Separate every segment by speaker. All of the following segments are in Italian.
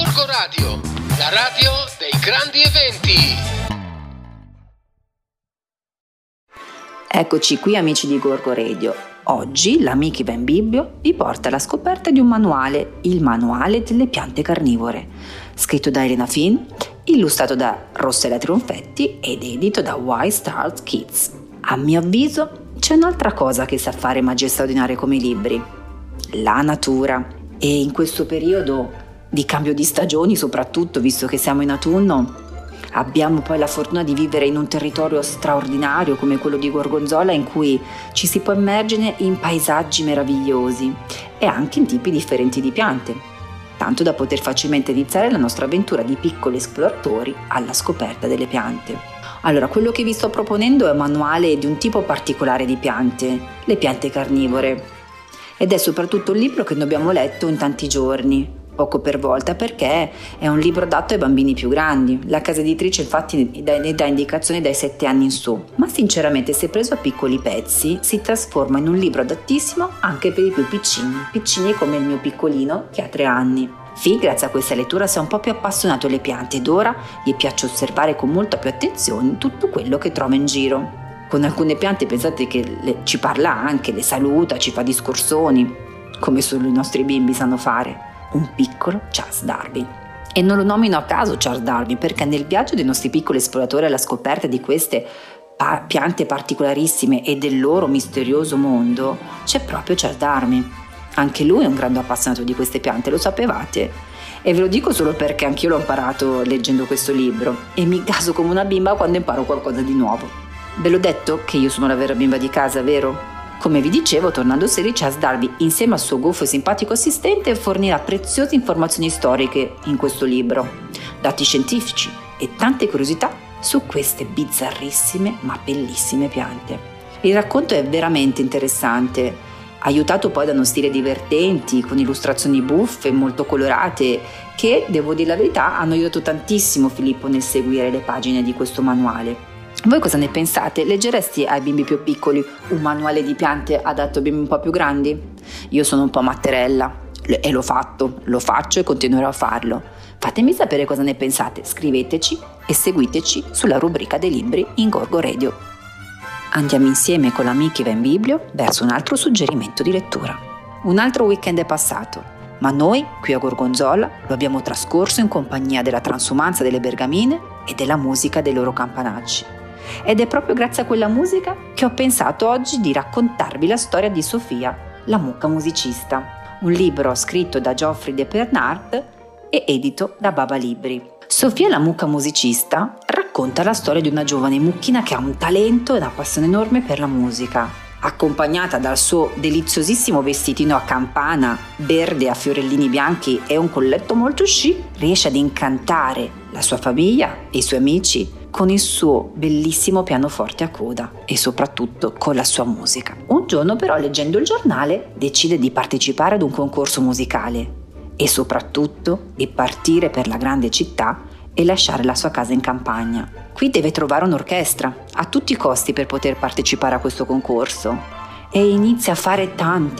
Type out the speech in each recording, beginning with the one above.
Speaker 1: Gorgo Radio, la radio dei grandi eventi.
Speaker 2: Eccoci qui amici di Gorgo Radio. Oggi l'Ami chi va in Bibbio vi porta alla scoperta di un manuale, il manuale delle piante carnivore, scritto da Elena Finn, illustrato da Rossella Trionfetti ed edito da White Stars Kids. A mio avviso c'è un'altra cosa che sa fare magie straordinarie come i libri: la natura. E in questo periodo di cambio di stagioni, soprattutto visto che siamo in autunno, abbiamo poi la fortuna di vivere in un territorio straordinario come quello di Gorgonzola, in cui ci si può immergere in paesaggi meravigliosi e anche in tipi differenti di piante, tanto da poter facilmente iniziare la nostra avventura di piccoli esploratori alla scoperta delle piante. Allora, quello che vi sto proponendo è un manuale di un tipo particolare di piante, le piante carnivore, ed è soprattutto un libro che noi abbiamo letto in tanti giorni, poco per volta, perché è un libro adatto ai bambini più grandi. La casa editrice infatti ne dà indicazioni dai 7 anni in su, ma sinceramente se preso a piccoli pezzi si trasforma in un libro adattissimo anche per i più piccini come il mio piccolino che ha 3 anni. Fi, grazie a questa lettura, si è un po' più appassionato alle piante ed ora gli piace osservare con molta più attenzione tutto quello che trova in giro. Con alcune piante pensate che ci parla anche, le saluta, ci fa discorsoni, come solo i nostri bimbi sanno fare. Un piccolo Charles Darwin. E non lo nomino a caso Charles Darwin, perché nel viaggio dei nostri piccoli esploratori alla scoperta di queste piante particolarissime e del loro misterioso mondo c'è proprio Charles Darwin. Anche lui è un grande appassionato di queste piante, lo sapevate? E ve lo dico solo perché anch'io l'ho imparato leggendo questo libro e mi gaso come una bimba quando imparo qualcosa di nuovo. Ve l'ho detto che io sono la vera bimba di casa, vero? Come vi dicevo, tornando serie, Charles Darwin, insieme al suo goffo e simpatico assistente, fornirà preziose informazioni storiche in questo libro, dati scientifici e tante curiosità su queste bizzarrissime ma bellissime piante. Il racconto è veramente interessante, aiutato poi da uno stile divertenti, con illustrazioni buffe e molto colorate, che, devo dire la verità, hanno aiutato tantissimo Filippo nel seguire le pagine di questo manuale. Voi cosa ne pensate? Leggeresti ai bimbi più piccoli un manuale di piante adatto a bimbi un po' più grandi? Io sono un po' matterella e l'ho faccio e continuerò a farlo. Fatemi sapere cosa ne pensate, scriveteci e seguiteci sulla rubrica dei libri in Gorgo Radio. Andiamo insieme con l'Ami chi va in Bibbio verso un altro suggerimento di lettura. Un altro weekend è passato, ma noi qui a Gorgonzola lo abbiamo trascorso in compagnia della transumanza delle bergamine e della musica dei loro campanacci. Ed è proprio grazie a quella musica che ho pensato oggi di raccontarvi la storia di Sofia, la mucca musicista, un libro scritto da Geoffrey de Bernard e edito da Baba Libri. Sofia la mucca musicista racconta la storia di una giovane mucchina che ha un talento e una passione enorme per la musica. Accompagnata dal suo deliziosissimo vestitino a campana verde a fiorellini bianchi e un colletto molto chic, riesce ad incantare la sua famiglia e i suoi amici con il suo bellissimo pianoforte a coda e soprattutto con la sua musica. Un giorno però, leggendo il giornale, decide di partecipare ad un concorso musicale e soprattutto di partire per la grande città e lasciare la sua casa in campagna. Qui deve trovare un'orchestra a tutti i costi per poter partecipare a questo concorso e inizia a fare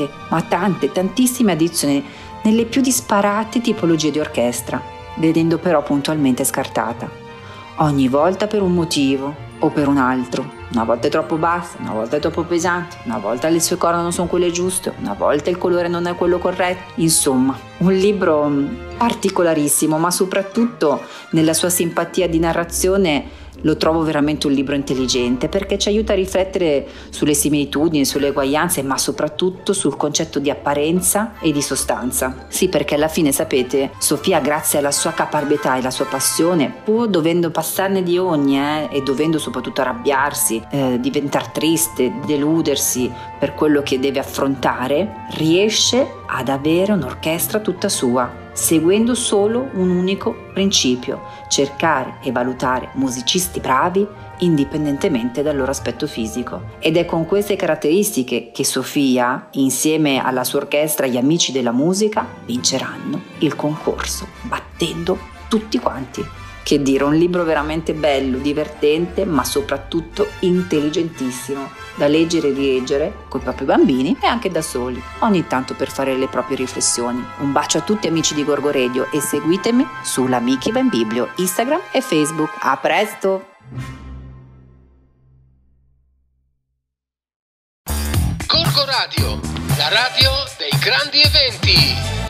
Speaker 2: tantissime audizioni nelle più disparate tipologie di orchestra, vedendo però puntualmente scartata. Ogni volta per un motivo o per un altro. Una volta è troppo bassa, una volta è troppo pesante, una volta le sue corna non sono quelle giuste, una volta il colore non è quello corretto. Insomma, un libro particolarissimo, ma soprattutto nella sua simpatia di narrazione lo trovo veramente un libro intelligente, perché ci aiuta a riflettere sulle similitudini, sulle eguaglianze, ma soprattutto sul concetto di apparenza e di sostanza. Sì, perché alla fine, sapete, Sofia, grazie alla sua caparbietà e alla sua passione, pur dovendo passarne di ogni e dovendo soprattutto arrabbiarsi, diventare triste, deludersi per quello che deve affrontare, riesce ad avere un'orchestra tutta sua, seguendo solo un unico principio: cercare e valutare musicisti bravi indipendentemente dal loro aspetto fisico. Ed è con queste caratteristiche che Sofia, insieme alla sua orchestra e agli amici della musica, vinceranno il concorso, battendo tutti quanti. Che dire, un libro veramente bello, divertente, ma soprattutto intelligentissimo, da leggere e rileggere con i propri bambini e anche da soli, ogni tanto per fare le proprie riflessioni. Un bacio a tutti amici di Gorgo Radio e seguitemi sulla Miki Ben Biblio, Instagram e Facebook. A presto!
Speaker 1: Gorgo Radio, la radio dei grandi eventi.